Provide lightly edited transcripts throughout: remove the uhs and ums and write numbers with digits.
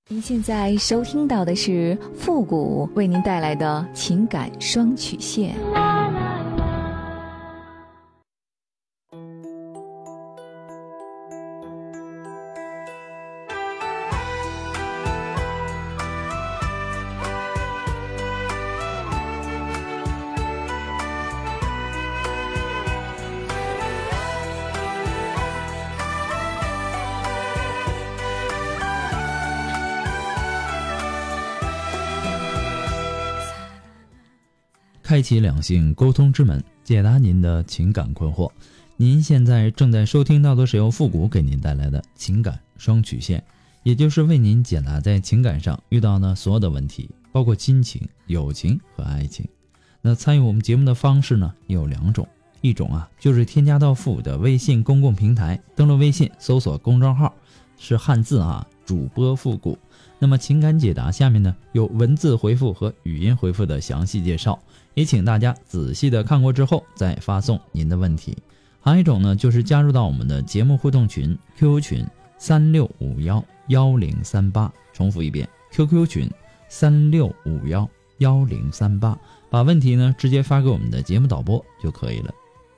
您现在收听到的是复古为您带来的情感双曲线。 开启两性沟通之门，解答您的情感困惑。您现在正在收听到的是由复古给您带来的情感双曲线，也就是为您解答在情感上遇到的所有的问题，包括亲情、友情和爱情。那参与我们节目的方式呢有两种，一种就是添加到复古的微信公共平台，登录微信搜索公众号是汉字主播复古。那么情感解答下面呢有文字回复和语音回复的详细介绍，也请大家仔细的看过之后再发送您的问题。还有一种呢就是加入到我们的节目互动群 QQ 群36511038，重复一遍 QQ 群36511038，把问题呢直接发给我们的节目导播就可以了。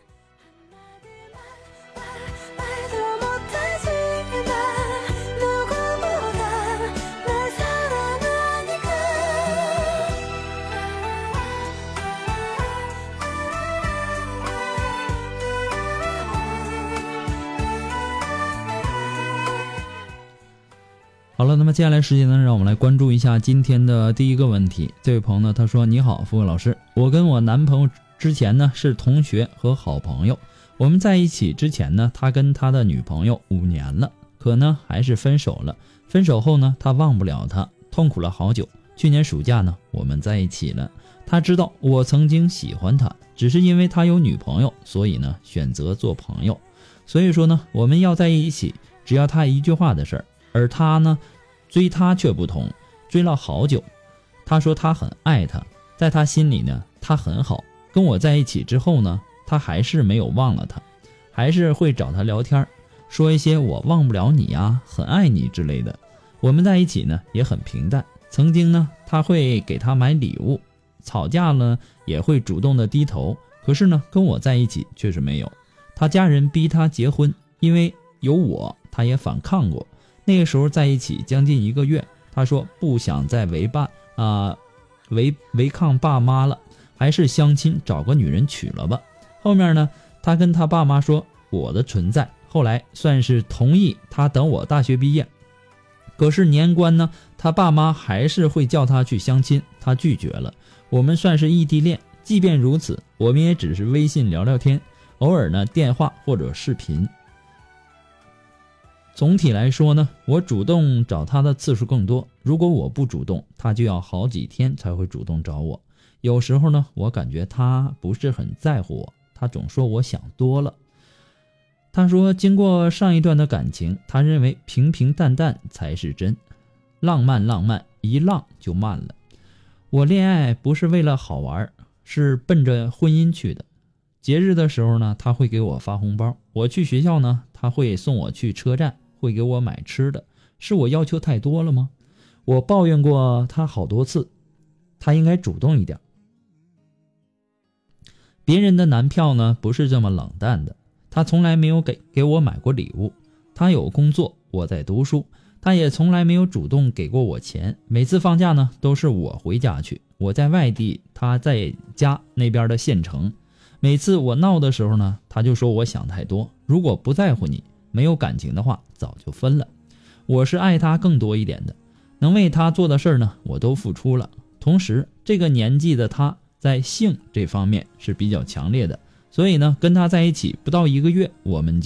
好了，那么接下来时间呢，让我们来关注一下今天的第一个问题。这位朋友呢，他说：你好，复古老师，我跟我男朋友之前呢是同学和好朋友，我们在一起之前呢，他跟他的女朋友5年了，可呢还是分手了。分手后呢，他忘不了他，痛苦了好久。去年暑假呢，我们在一起了。他知道我曾经喜欢他，只是因为他有女朋友，所以呢选择做朋友。所以说呢，我们要在一起，只要他一句话的事儿。而他呢，追他却不同，追了好久。他说他很爱他，在他心里呢，他很好。跟我在一起之后呢，他还是没有忘了他，还是会找他聊天，说一些我忘不了你啊，很爱你之类的。我们在一起呢也很平淡，曾经呢他会给他买礼物，吵架了也会主动的低头，可是呢跟我在一起却是没有。他家人逼他结婚，因为有我，他也反抗过。那个时候在一起将近1个月，他说不想再违抗爸妈了，还是相亲找个女人娶了吧。后面呢，他跟他爸妈说我的存在，后来算是同意他等我大学毕业。可是年关呢，他爸妈还是会叫他去相亲，他拒绝了。我们算是异地恋，即便如此，我们也只是微信聊聊天，偶尔呢电话或者视频。总体来说呢，我主动找他的次数更多，如果我不主动，他就要好几天才会主动找我。有时候呢，我感觉他不是很在乎我，他总说我想多了。他说经过上一段的感情，他认为平平淡淡才是真，浪漫一浪就慢了。我恋爱不是为了好玩，是奔着婚姻去的。节日的时候呢，他会给我发红包，我去学校呢，他会送我去车站，会给我买吃的。是我要求太多了吗？我抱怨过他好多次，他应该主动一点。别人的男票呢不是这么冷淡的，他从来没有给我买过礼物。他有工作，我在读书，他也从来没有主动给过我钱。每次放假呢都是我回家去，我在外地，他在家那边的县城。每次我闹的时候呢，他就说我想太多，如果不在乎你，没有感情的话早就分了。我是爱他更多一点的，能为他做的事呢我都付出了。同时这个年纪的他在性这方面是比较强烈的，所以呢跟他在一起不到1个月，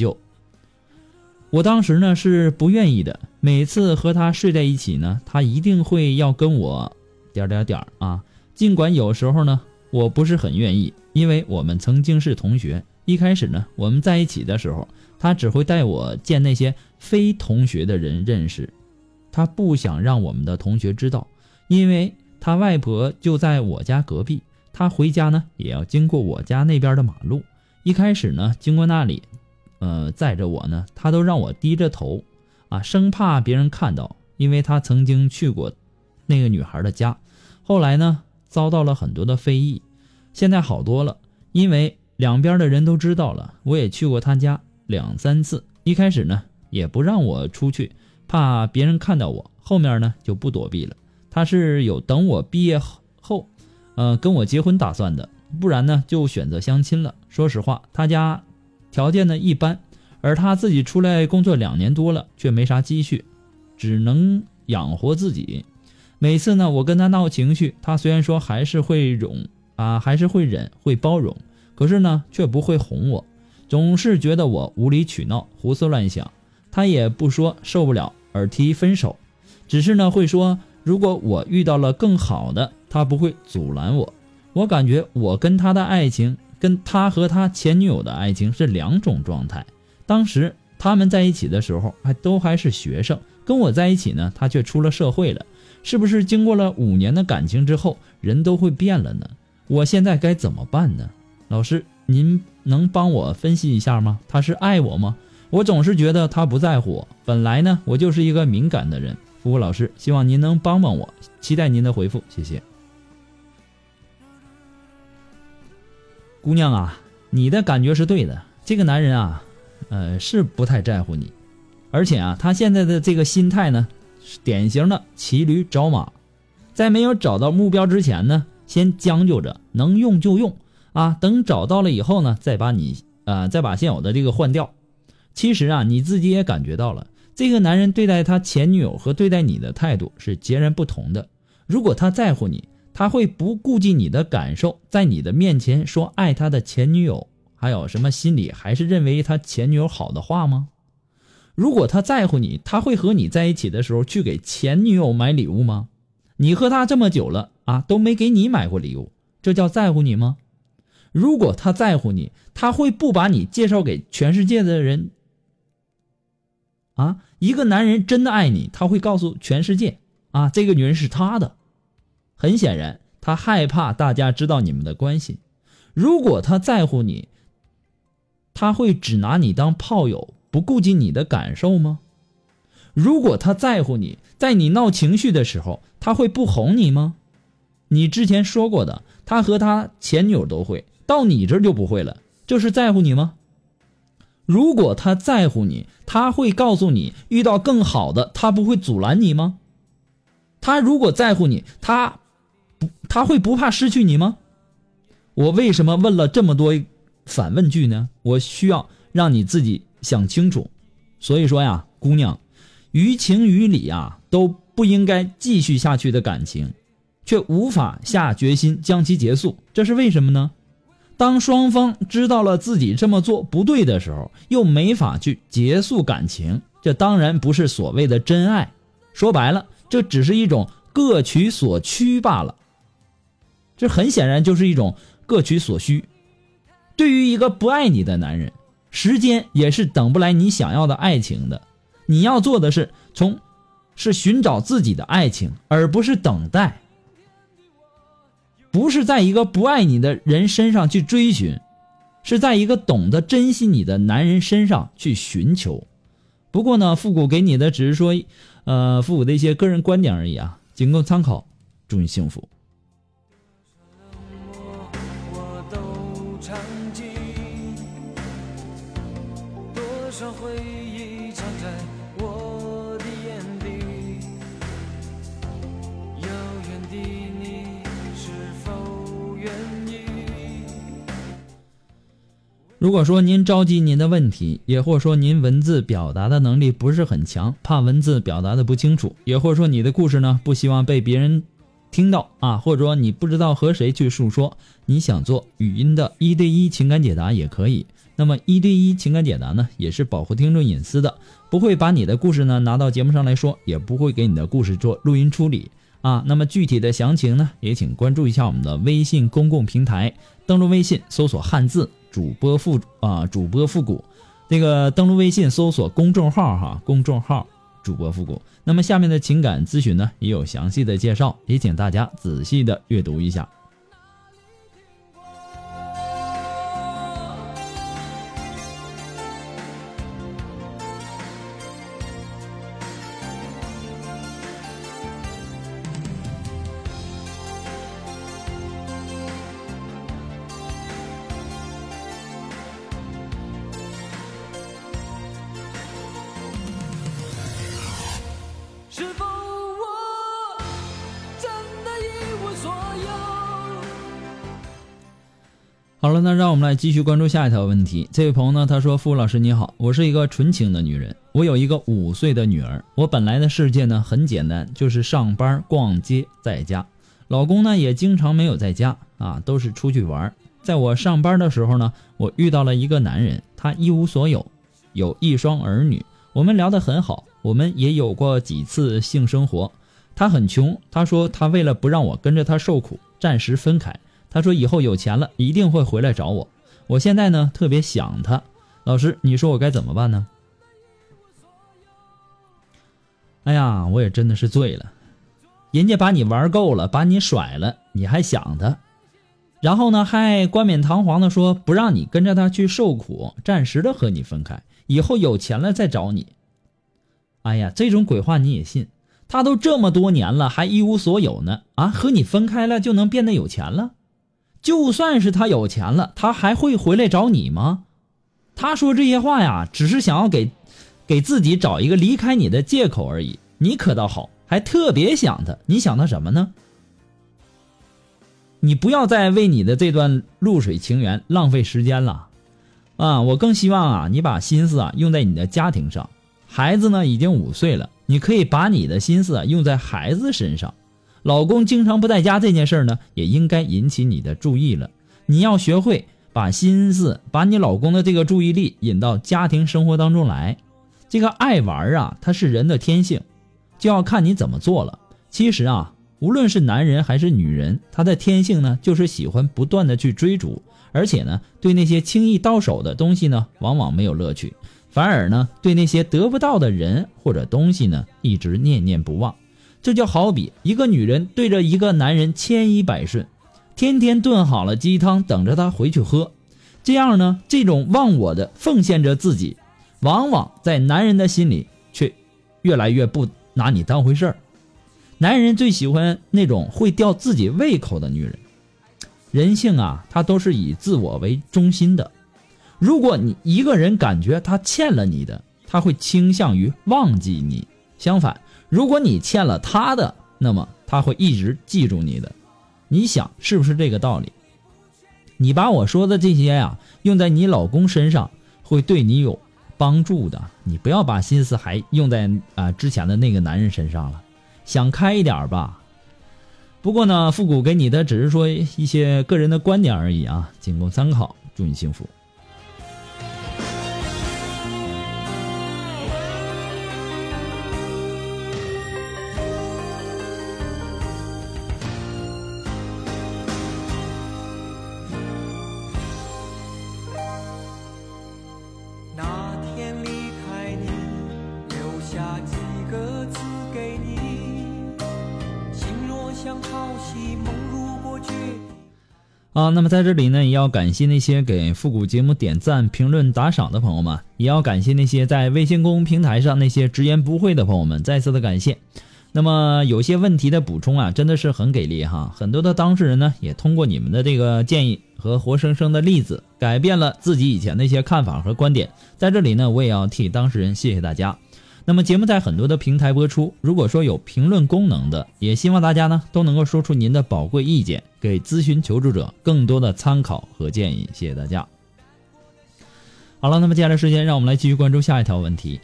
我当时呢是不愿意的。每次和他睡在一起呢，他一定会要跟我尽管有时候呢我不是很愿意，因为我们曾经是同学。一开始呢我们在一起的时候，他只会带我见那些非同学的人认识，他不想让我们的同学知道，因为他外婆就在我家隔壁，他回家呢也要经过我家那边的马路。一开始呢经过那里载着我呢，他都让我低着头生怕别人看到， 因为他曾经去过那个女孩的家，后来呢遭到了很多的非议，现在好多了，因为两边的人都知道了，我也去过他家2、3次，一开始呢也不让我出去，怕别人看到我，后面呢就不躲避了。他是有等我毕业后跟我结婚打算的，不然呢就选择相亲了。说实话，他家条件呢一般，而他自己出来工作2年多了，却没啥积蓄，只能养活自己。每次呢我跟他闹情绪，他虽然说还是会忍会包容，可是呢却不会哄我，总是觉得我无理取闹胡思乱想。他也不说受不了而提分手，只是呢会说如果我遇到了更好的，他不会阻拦我。我感觉我跟他的爱情跟他和他前女友的爱情是2种状态。当时他们在一起的时候还是学生，跟我在一起呢他却出了社会了。是不是经过了5年的感情之后人都会变了呢？我现在该怎么办呢？老师，您能帮我分析一下吗？他是爱我吗？我总是觉得他不在乎我，本来呢我就是一个敏感的人。复古老师，希望您能帮帮我，期待您的回复，谢谢。姑娘啊，你的感觉是对的，这个男人啊是不太在乎你，而且啊他现在的这个心态呢是典型的骑驴找马，在没有找到目标之前呢先将就着，能用就用啊，等找到了以后呢再把现有的这个换掉。其实啊你自己也感觉到了，这个男人对待他前女友和对待你的态度是截然不同的。如果他在乎你，他会不顾及你的感受，在你的面前说爱他的前女友，还有什么心里还是认为他前女友好的话吗？如果他在乎你，他会和你在一起的时候去给前女友买礼物吗？你和他这么久了啊，都没给你买过礼物，这叫在乎你吗？如果他在乎你，他会不把你介绍给全世界的人啊？一个男人真的爱你，他会告诉全世界啊，这个女人是他的。很显然他害怕大家知道你们的关系。如果他在乎你，他会只拿你当炮友，不顾及你的感受吗？如果他在乎你，在你闹情绪的时候，他会不哄你吗？你之前说过的，他和他前女友都会，到你这儿就不会了，这是在乎你吗？如果他在乎你，他会告诉你遇到更好的，他不会阻拦你吗？他如果在乎你，他会不怕失去你吗？我为什么问了这么多反问句呢？我需要让你自己想清楚。所以说呀，姑娘，于情于理啊都不应该继续下去的感情，却无法下决心将其结束，这是为什么呢？当双方知道了自己这么做不对的时候，又没法去结束感情，这当然不是所谓的真爱。说白了，这只是一种各取所需罢了。这很显然就是一种各取所需。对于一个不爱你的男人，时间也是等不来你想要的爱情的。你要做的是寻找自己的爱情，而不是等待。不是在一个不爱你的人身上去追寻，是在一个懂得珍惜你的男人身上去寻求。不过呢，复古给你的只是说复古的一些个人观点而已啊，仅供参考，祝你幸福。 我都尝尽，多少回忆藏在我的眼底，遥远的你是否愿意？ 如果说您着急您的问题，也或者说您文字表达的能力不是很强，怕文字表达的不清楚，也或者说你的故事呢不希望被别人听到啊，或者说你不知道和谁去诉说，你想做语音的1对1情感解答也可以。那么1对1情感解答呢，也是保护听众隐私的，不会把你的故事呢拿到节目上来说，也不会给你的故事做录音处理啊。那么具体的详情呢，也请关注一下我们的微信公共平台，登录微信搜索汉字主播复古，这个登录微信搜索公众号主播复古。那么下面的情感咨询呢也有详细的介绍，也请大家仔细的阅读一下。 好了，那让我们来继续关注下一条问题。这位朋友呢，他说：付老师你好，我是一个纯情的女人，我有一个5岁的女儿。我本来的世界呢很简单，就是上班、逛街、在家。老公呢也经常没有在家啊，都是出去玩。在我上班的时候呢，我遇到了一个男人，他一无所有，有1双儿女，我们聊得很好，我们也有过几次性生活。他很穷，他说他为了不让我跟着他受苦，暂时分开。他说以后有钱了一定会回来找我。我现在呢特别想他，老师你说我该怎么办呢？哎呀，我也真的是醉了，人家把你玩够了，把你甩了，你还想他，然后呢还冠冕堂皇的说不让你跟着他去受苦，暂时的和你分开，以后有钱了再找你。哎呀，这种鬼话你也信？他都这么多年了还一无所有呢，啊，和你分开了就能变得有钱了？就算是他有钱了，他还会回来找你吗？他说这些话呀，只是想要给自己找一个离开你的借口而已。你可倒好，还特别想他，你想他什么呢？你不要再为你的这段露水情缘浪费时间了啊！我更希望啊，你把心思啊用在你的家庭上。孩子呢已经5岁了，你可以把你的心思啊用在孩子身上。老公经常不在家这件事呢，也应该引起你的注意了。你要学会把心思，把你老公的这个注意力引到家庭生活当中来。这个爱玩啊，它是人的天性，就要看你怎么做了。其实啊，无论是男人还是女人，他的天性呢，就是喜欢不断的去追逐，而且呢，对那些轻易到手的东西呢，往往没有乐趣，反而呢，对那些得不到的人或者东西呢，一直念念不忘。这就好比一个女人对着一个男人千依百顺，天天炖好了鸡汤等着他回去喝。这样呢，这种忘我的奉献着自己，往往在男人的心里却越来越不拿你当回事儿。男人最喜欢那种会吊自己胃口的女人。人性啊，它都是以自我为中心的。如果你一个人感觉他欠了你的，他会倾向于忘记你。相反，如果你欠了他的，那么他会一直记住你的。你想是不是这个道理？你把我说的这些呀，用在你老公身上，会对你有帮助的。你不要把心思还用在之前的那个男人身上了，想开一点吧。不过呢，复古给你的只是说一些个人的观点而已啊，仅供参考。祝你幸福。那么在这里呢，也要感谢那些给复古节目点赞、评论、打赏的朋友们，也要感谢那些在微信公众平台上那些直言不讳的朋友们，再次的感谢。那么有些问题的补充啊，真的是很给力哈！很多的当事人呢，也通过你们的这个建议和活生生的例子，改变了自己以前的一些看法和观点。在这里呢，我也要替当事人谢谢大家。那么节目在很多的平台播出，如果说有评论功能的，也希望大家呢都能够说出您的宝贵意见，给咨询求助者更多的参考和建议。谢谢大家。好了，那么接下来时间让我们来继续关注下一条问题。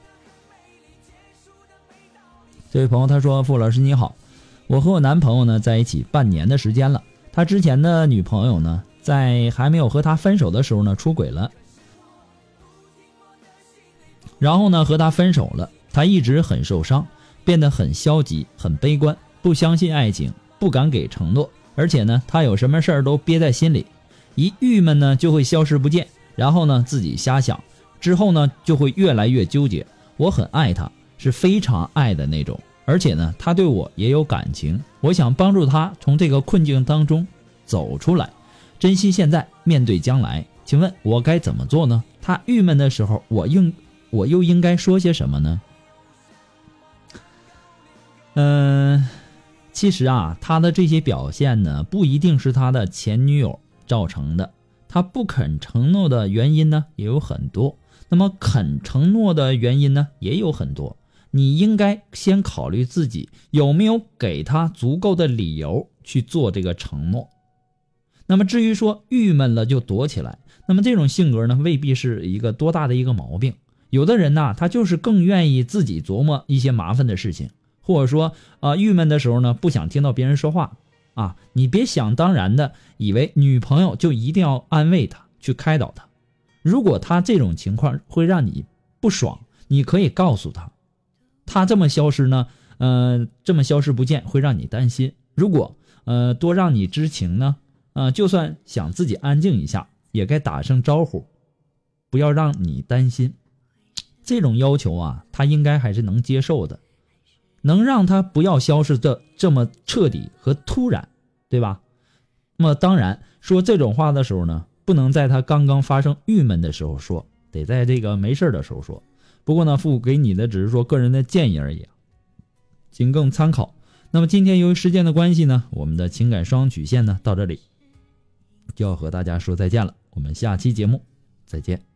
这位朋友他说：傅老师你好，我和我男朋友呢在一起半年的时间了，他之前的女朋友呢在还没有和他分手的时候呢出轨了，然后呢和他分手了。他一直很受伤，变得很消极，很悲观，不相信爱情，不敢给承诺，而且呢他有什么事儿都憋在心里，一郁闷呢就会消失不见，然后呢自己瞎想，之后呢就会越来越纠结。我很爱他，是非常爱的那种，而且呢他对我也有感情，我想帮助他从这个困境当中走出来，珍惜现在，面对将来。请问我该怎么做呢？他郁闷的时候我又应该说些什么呢？其实啊，他的这些表现呢，不一定是他的前女友造成的。他不肯承诺的原因呢，也有很多。那么肯承诺的原因呢，也有很多。你应该先考虑自己有没有给他足够的理由去做这个承诺。 那么至于说郁闷了就躲起来，那么这种性格呢，未必是一个多大的一个毛病。有的人呢，他就是更愿意自己琢磨一些麻烦的事情，或者说郁闷的时候呢，不想听到别人说话啊。你别想当然的以为女朋友就一定要安慰他，去开导他。如果他这种情况会让你不爽，你可以告诉他，他这么消失呢，这么消失不见会让你担心。如果多让你知情呢，就算想自己安静一下，也该打声招呼，不要让你担心。这种要求啊，他应该还是能接受的，能让他不要消失的这么彻底和突然，对吧？那么当然说这种话的时候呢，不能在他刚刚发生郁闷的时候说，得在这个没事的时候说。不过呢，父给你的只是说个人的建议而已，仅供参考。那么今天由于时间的关系呢，我们的情感双曲线呢到这里就要和大家说再见了，我们下期节目再见。